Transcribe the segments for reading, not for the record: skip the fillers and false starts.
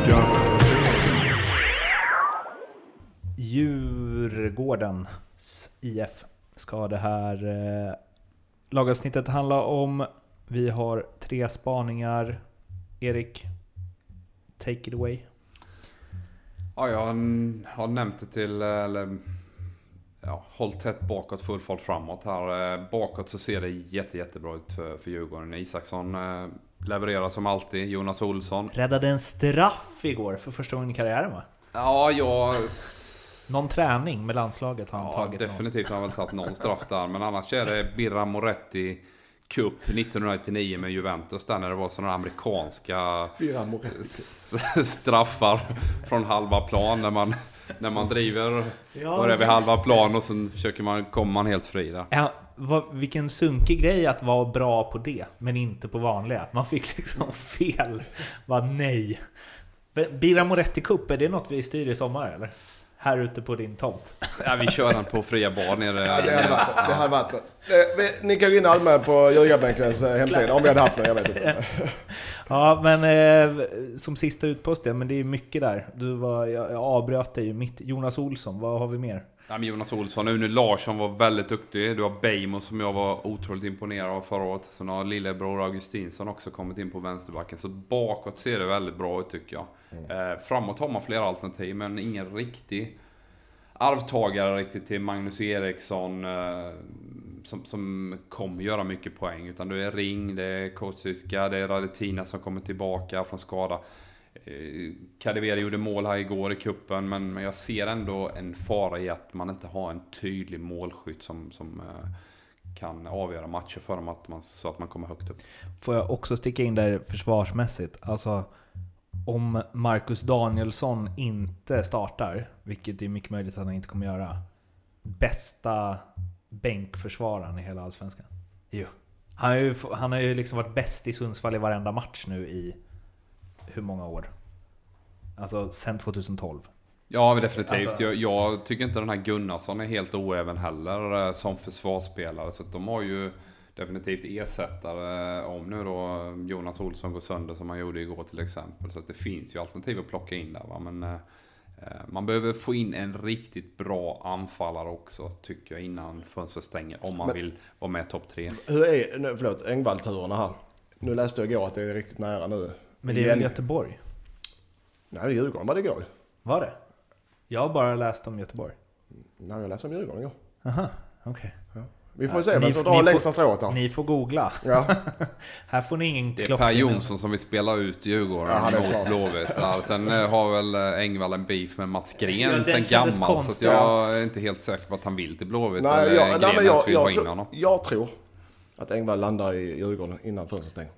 Djurgårdens IF ska det här lagavsnittet handla om. Vi har 3 spaningar. Erik, take it away. Ja, jag har nämnt det till, eller håll tätt bakåt, full fart framåt här. Bakåt så ser det jättebra ut för Djurgården. Isaksson levererar som alltid. Jonas Olsson Räddade en straff igår för första gången i karriären, va? Ja, någon träning med landslaget har han tagit. Definitivt har han väl tagit någon straff där. Men annars är det Birra Moretti Cup 1999 med Juventus, där när det var sådana amerikanska straffar från halva plan när man driver börjar vid halva plan och sen kommer man helt fri där. Ja, vilken sunkig grej att vara bra på det, men inte på vanliga. Man fick liksom fel. Nej. Birra Moretti Cup, är det något vi styr i sommar eller? Här ute på din tomt. Ja, vi kör den på fria bar nere. Ja, det hade varit. Ni kan gå in allmänt på Ljugarbänkens hemsida om vi hade haft någon, jag vet inte. Ja, men som sista utpost, men det är mycket där. Jag avbröt dig ju mitt. Jonas Olsson, vad har vi mer? Ja, men Jonas Olsson, Une Larsson var väldigt duktig. Du har Beijmo som jag var otroligt imponerad av förra året. Sen har lillebror Augustinsson också kommit in på vänsterbacken. Så bakåt ser det väldigt bra ut, tycker jag. Framåt har man flera alternativ, men ingen riktig arvtagare riktigt till Magnus Eriksson som kommer göra mycket poäng. Utan det är Ring, det är Kosticka, det är Radetina som kommer tillbaka från skada. Kadewere gjorde mål här igår i kuppen, men jag ser ändå en fara i att man inte har en tydlig målskytt som kan avgöra matcher för dem så att man kommer högt upp. Får jag också sticka in där försvarsmässigt? Alltså, om Marcus Danielsson inte startar, vilket är mycket möjligt att han inte kommer göra, bästa bänkförsvararen i hela allsvenskan. Jo. Han har ju liksom varit bäst i Sundsvall i varenda match nu i hur många år? Alltså sen 2012. Ja, men definitivt. Alltså, jag tycker inte den här Gunnarsson är helt oäven heller som försvarsspelare. Så att de har ju definitivt ersättare om nu då Jonas Olsson går sönder som han gjorde igår till exempel. Så att det finns ju alternativ att plocka in där, va? Men man behöver få in en riktigt bra anfallare också, tycker jag, innan fönstret stänger, om man vill vara med topp 3. Hur är Engvall-turerna här? Nu läste jag igår att det är riktigt nära nu. Men det är väl Göteborg? Nej, det är Djurgården. Vad det går? Var det? Jag har bara läst om Göteborg. Nej, jag läste om Djurgården igår. Aha, okej. Ja. Vi får se vem som drar längsta strået här. Ni får googla. Ja. Här får ni ingen klockning. klock. Det är Per Jonsson som vill spela ut Djurgården mot Blåvitt. Sen har väl Engvall en beef med Mats Gren sen gammalt. Så jag är inte helt säker på att han vill till Blåvitt. Jag tror att Engvall landar i Djurgården innan fönstret stänger.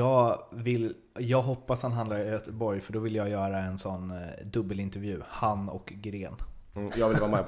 Jag hoppas han handlar i Göteborg, för då vill jag göra en sån dubbelintervju. Han och Gren. Jag vill vara med på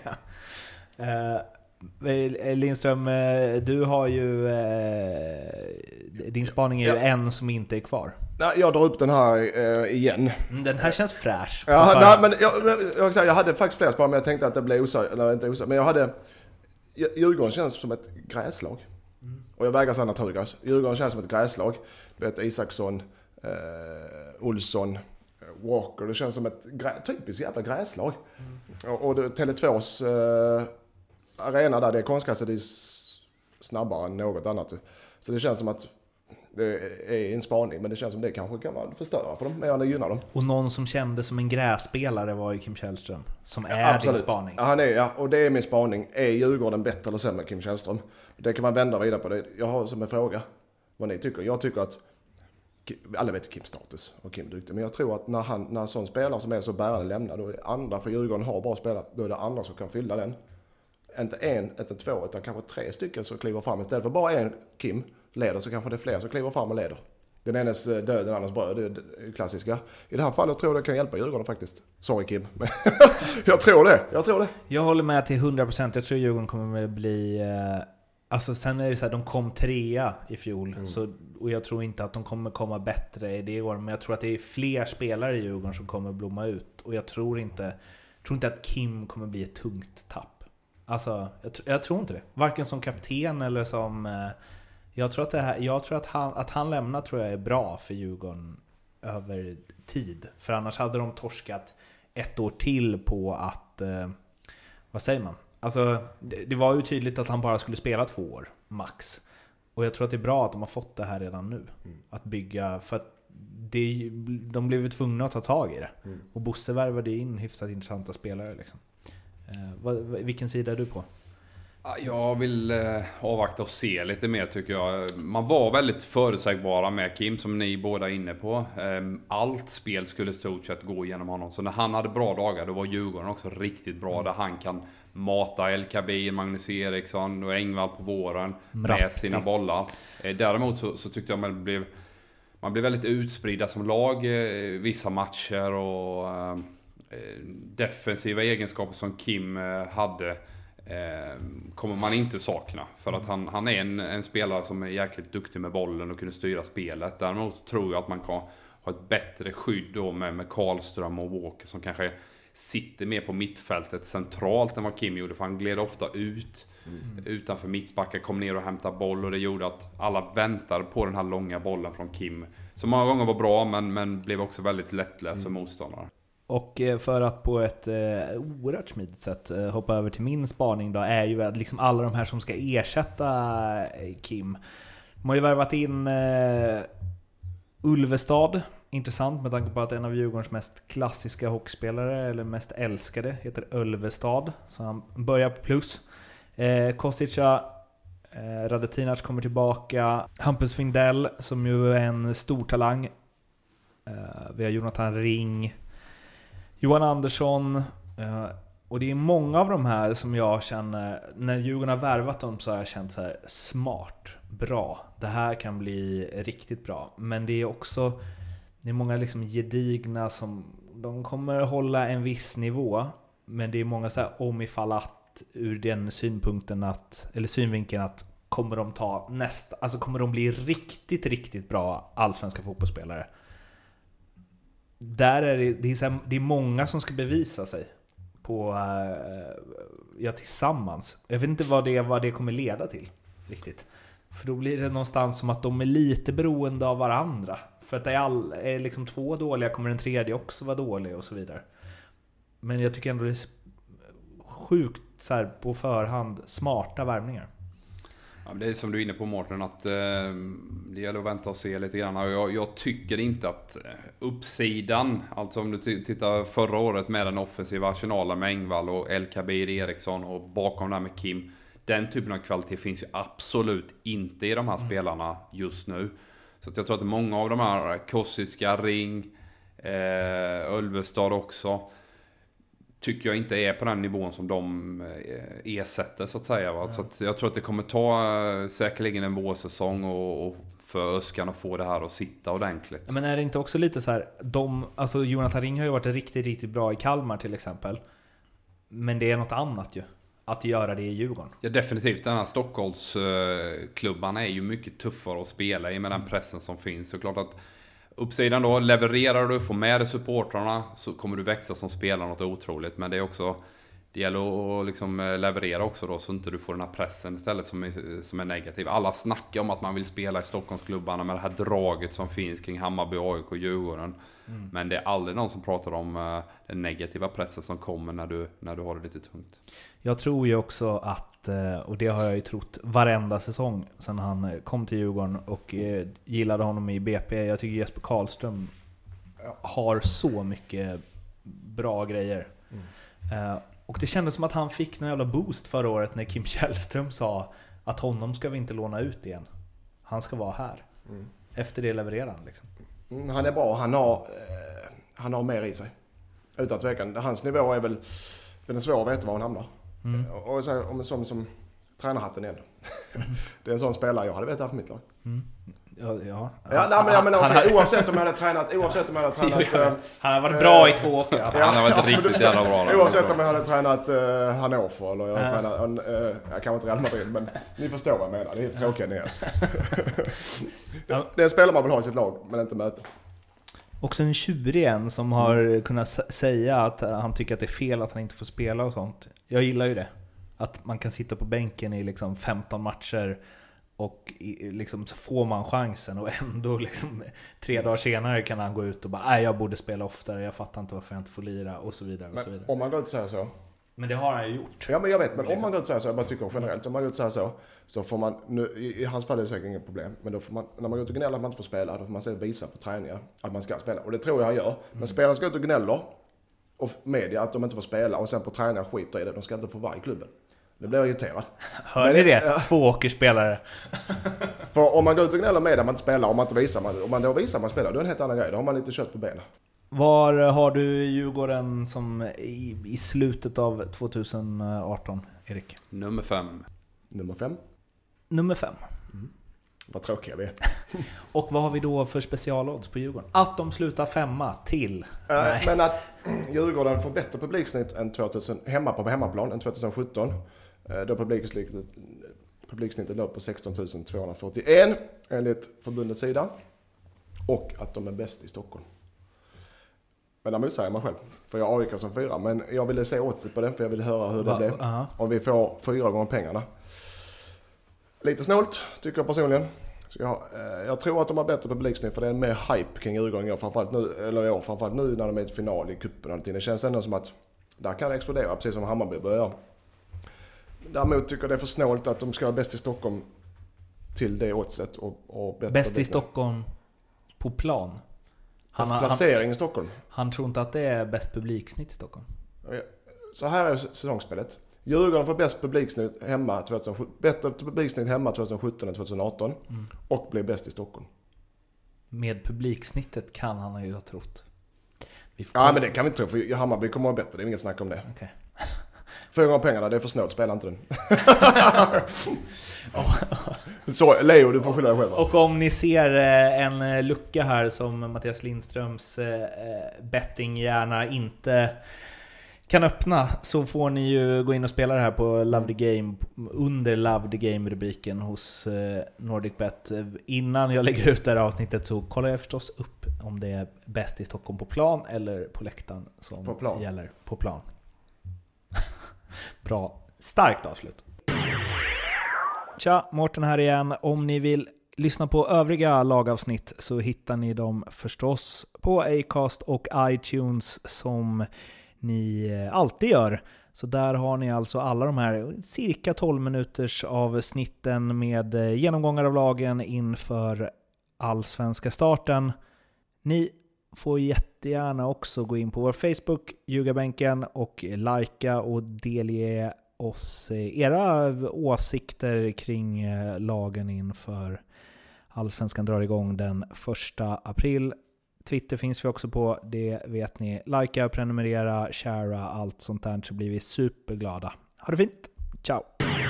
det. Lindström, du har ju din spaning är ju en som inte är kvar. Jag drar upp den här igen. Den här känns fräsch. Ja, men jag hade faktiskt fler spaningar, men jag tänkte att det blev inte. Men jag hade Djurgården känns som ett gräslag. Och jag vägrar säga naturgas. Djurgården känns som ett gräslag. Du vet, Isaksson, Olsson, Walker. Det känns som ett typiskt jävla gräslag. Och Tele2s arena där, det är konstgräs, det är snabbare än något annat. Så det känns som att det är en spaning, men det känns som det kanske kan vara förstöra för dem, men det gynnar dem. Och någon som kände som en grässpelare var ju Kim Källström, som är din spaning. Ja, han är, och det är min spaning. Är Djurgården bättre eller sämre än Kim Källström? Det kan man vända vidare på det. Jag har som en fråga vad ni tycker. Jag tycker att alla vet Kims status och Kim är duktig, men jag tror att när sån spelare som är så bärande lämnar, då är andra, för Djurgården har bra spelare, då är det andra som kan fylla den. Inte en, inte två, utan kanske 3 stycken som kliver fram. Istället för bara en Kim leder, så kanske det är fler som kliver fram och leder. Den enes död, den andras bröd, det är klassiska. I det här fallet tror jag det kan hjälpa Djurgården faktiskt. Sorry Kim. jag tror det. Jag håller med till 100%. Jag tror Djurgården kommer att bli... Alltså sen är det så här, de kom 3 i fjol. Och jag tror inte att de kommer komma bättre i det år. Men jag tror att det är fler spelare i Djurgården som kommer att blomma ut. Och jag tror inte att Kim kommer bli ett tungt tapp. Alltså, jag tror inte det. Varken som kapten eller som... Jag tror att han lämnar, tror jag är bra för Djurgården över tid. För annars hade de torskat 1 år till på att... vad säger man? Alltså, det var ju tydligt att han bara skulle spela 2 år, max. Och jag tror att det är bra att de har fått det här redan nu. Att bygga, för att de blev ju tvungna att ta tag i det. Och Bosse värvade in hyfsat intressanta spelare. Liksom. Vilken sida är du på? Jag vill avvakta och se lite mer tycker jag. Man var väldigt förutsägbara med Kim, som ni båda är inne på. Allt spel skulle stort sett gå igenom honom. Så när han hade bra dagar, då var Djurgården också riktigt bra. Där han kan mata LKB, Magnus Eriksson och Engvall på våren med sina bollar. Däremot så tyckte jag man blev väldigt utspridda som lag vissa matcher. Och defensiva egenskaper som Kim hade kommer man inte sakna. För att han är en spelare som är jäkligt duktig med bollen och kunde styra spelet. Däremot tror jag att man kan ha ett bättre skydd då med Karlström och Walker som kanske sitter mer på mittfältet centralt än vad Kim gjorde. För han gled ofta ut utanför mittbackar, kom ner och hämtade boll. Och det gjorde att alla väntade på den här långa bollen från Kim. Som många gånger var bra men blev också väldigt lättläst för motståndare. Och för att på ett oerhört smidigt sätt hoppa över till min spaning då, är ju att liksom alla de här som ska ersätta Kim. De har ju värvat in Ulvestad. Intressant med tanke på att en av Djurgårdens mest klassiska hockeyspelare, eller mest älskade, heter Ulvestad. Så han börjar på plus. Kostica, Radetinac kommer tillbaka. Hampus Findell som ju är en stor talang. Vi har Jonathan Ring, Johan Andersson, och det är många av de här som jag känner, när Djurgården har värvat dem så har jag känt så här: smart, bra, det här kan bli riktigt bra. Men det är också, det är många liksom gedigna som de kommer hålla en viss nivå, men det är många så här om ifall att ur den synpunkten att, eller synvinkeln att kommer de ta nästa, alltså kommer de bli riktigt, riktigt bra allsvenska fotbollsspelare. Där är det är många som ska bevisa sig på tillsammans. Jag vet inte vad det kommer leda till riktigt. För då blir det någonstans som att de är lite beroende av varandra. För att det är liksom 2 dåliga, kommer den tredje också vara dålig och så vidare. Men jag tycker ändå det är sjukt så här, på förhand smarta värvningar. Ja, det är som du är inne på, Mårten, att det gäller att vänta och se lite grann. Jag tycker inte att uppsidan, alltså om du tittar förra året med den offensiva arsenalen med Engvall och LKB Eriksson och bakom där med Kim, den typen av kvalitet finns ju absolut inte i de här spelarna just nu. Så att jag tror att många av de här, Kostica, Ring, Ulvestad också, tycker jag inte är på den nivån som de ersätter så att säga. Va? Så att jag tror att det kommer ta säkerligen en vårsäsong och för Öskan att få det här att sitta ordentligt. Men är det inte också lite så här, alltså Jonathan Ring har ju varit riktigt, riktigt bra i Kalmar till exempel. Men det är något annat ju, att göra det i Djurgården. Ja, definitivt. Den här Stockholmsklubbarna är ju mycket tuffare att spela i med den pressen som finns. Så klart att uppsidan då, levererar du, får med dig supportrarna, så kommer du växa som spelare något otroligt. Men det är också, det gäller att liksom leverera också då, så inte du får den här pressen istället som är negativ. Alla snackar om att man vill spela i Stockholmsklubbarna med det här draget som finns kring Hammarby, AIK och Djurgården. Men det är aldrig någon som pratar om den negativa pressen som kommer när du har det lite tungt. Jag tror ju också att, och det har jag ju trott varenda säsong sedan han kom till Djurgården och gillade honom i BP. Jag tycker Jesper Karlström har så mycket bra grejer. Och det kändes som att han fick någon jävla boost förra året när Kim Källström sa att honom ska vi inte låna ut igen. Han ska vara här. Efter det levererar han liksom. Han är bra, han har mer i sig. Utan tvekan. Hans nivå är väl, den är svår att veta var han hamnar. Och så om en sån som tränarhatten är. Det är en sån spelare jag hade vetat för mitt lag. Oavsett om jag hade tränat han har varit bra i 2 år. Han har varit riktigt jävla bra. Oavsett om jag hade tränat Hannover eller jag hade tränat jag kan inte Real Madrid, men ni förstår vad jag menar. Det är tråkiga ni alltså. Det är en spelare man vill ha i sitt lag, men inte möta. Också en tjurig en som har kunnat säga att han tycker att det är fel att han inte får spela och sånt. Jag gillar ju det. Att man kan sitta på bänken i liksom 15 matcher och liksom så får man chansen och ändå liksom 3 dagar senare kan han gå ut och bara nej, jag borde spela oftare, jag fattar inte varför jag inte får lira och så vidare. Och så vidare. Om man går ut och säger så. Men det har han ju gjort. Ja, men jag vet, men om man går ut och säger så, jag bara tycker generellt, om man går ut och säger så får man, nu, i hans fall är det säkert inget problem, men då får man, när man går ut och gnäller att man inte får spela, då får man visa på träningar att man ska spela. Och det tror jag han gör. Men spelaren ska ut och gnäller, och media att de inte får spela, och sen på träningar skiter i det, de ska inte få vara i klubben. Det blir jag irriterad. Hör ni det? 2 åkerspelare. För om man går ut och gnäller med att man inte spelar, om man då visar man spelar, då är det en helt annan grej. Då har man lite kött på benen. Var har du Djurgården som i slutet av 2018, Erik? Nummer 5. Nummer 5. Vad tråkiga vi är. Och vad har vi då för specialodds på Djurgården? Att de slutar 5 till. Men att Djurgården får bättre publiksnitt än 2000, på hemmaplan än 2017. Då publiksnittet låg på 16 241 enligt förbundets sida. Och att de är bäst i Stockholm. Men det motsäger mig själv. För jag avvikar som 4. Men jag ville se åtsit på den, för jag ville höra hur det blev. Om vi får 4 gånger pengarna. Lite snålt, tycker jag personligen. Så jag tror att de har bättre publiksnitt, för det är mer hype kring Djurgården framförallt nu när de är i final i cupen. Det känns ändå som att där kan det explodera, precis som Hammarby börjar. Däremot tycker jag det är för snålt att de ska vara bäst i Stockholm till det åtset. Och bäst i Stockholm på plan. Placering i Stockholm. Han tror inte att det är bäst publiksnitt i Stockholm. Så här är säsongsspelet. Djurgården får bäst publiksnitt hemma 2017, bättre publiksnitt hemma 2017 än 2018 och blir bäst i Stockholm. Med publiksnittet kan han ju ha trott. Men det kan vi inte tro, för Hammarby kommer att vara bättre, det är inget snack om det. Okay. 4 gånger pengarna, det är för snålt, spela inte den. Så Leo, du får skylla dig själv. Och om ni ser en lucka här som Mattias Lindströms bettinghjärna inte kan öppna, så får ni ju gå in och spela det här på Love the Game under Love the Game-rubriken hos NordicBet. Innan jag lägger ut det här avsnittet så kollar jag förstås upp om det är bäst i Stockholm på plan eller på läktaren som på plan. Gäller på plan. Bra, starkt avslut. Tja, Mårten här igen. Om ni vill lyssna på övriga lagavsnitt så hittar ni dem förstås på Acast och iTunes som ni alltid gör. Så där har ni alltså alla de här cirka 12 minuters avsnitten med genomgångar av lagen inför allsvenska starten. Ni får jättegärna också gå in på vår Facebook, Ljugarbänken, och likea och delge oss era åsikter kring lagen inför allsvenskan drar igång den 1 april. Twitter finns vi också på, det vet ni. Likea, prenumerera, sharea, allt sånt där, så blir vi superglada. Ha det fint, ciao!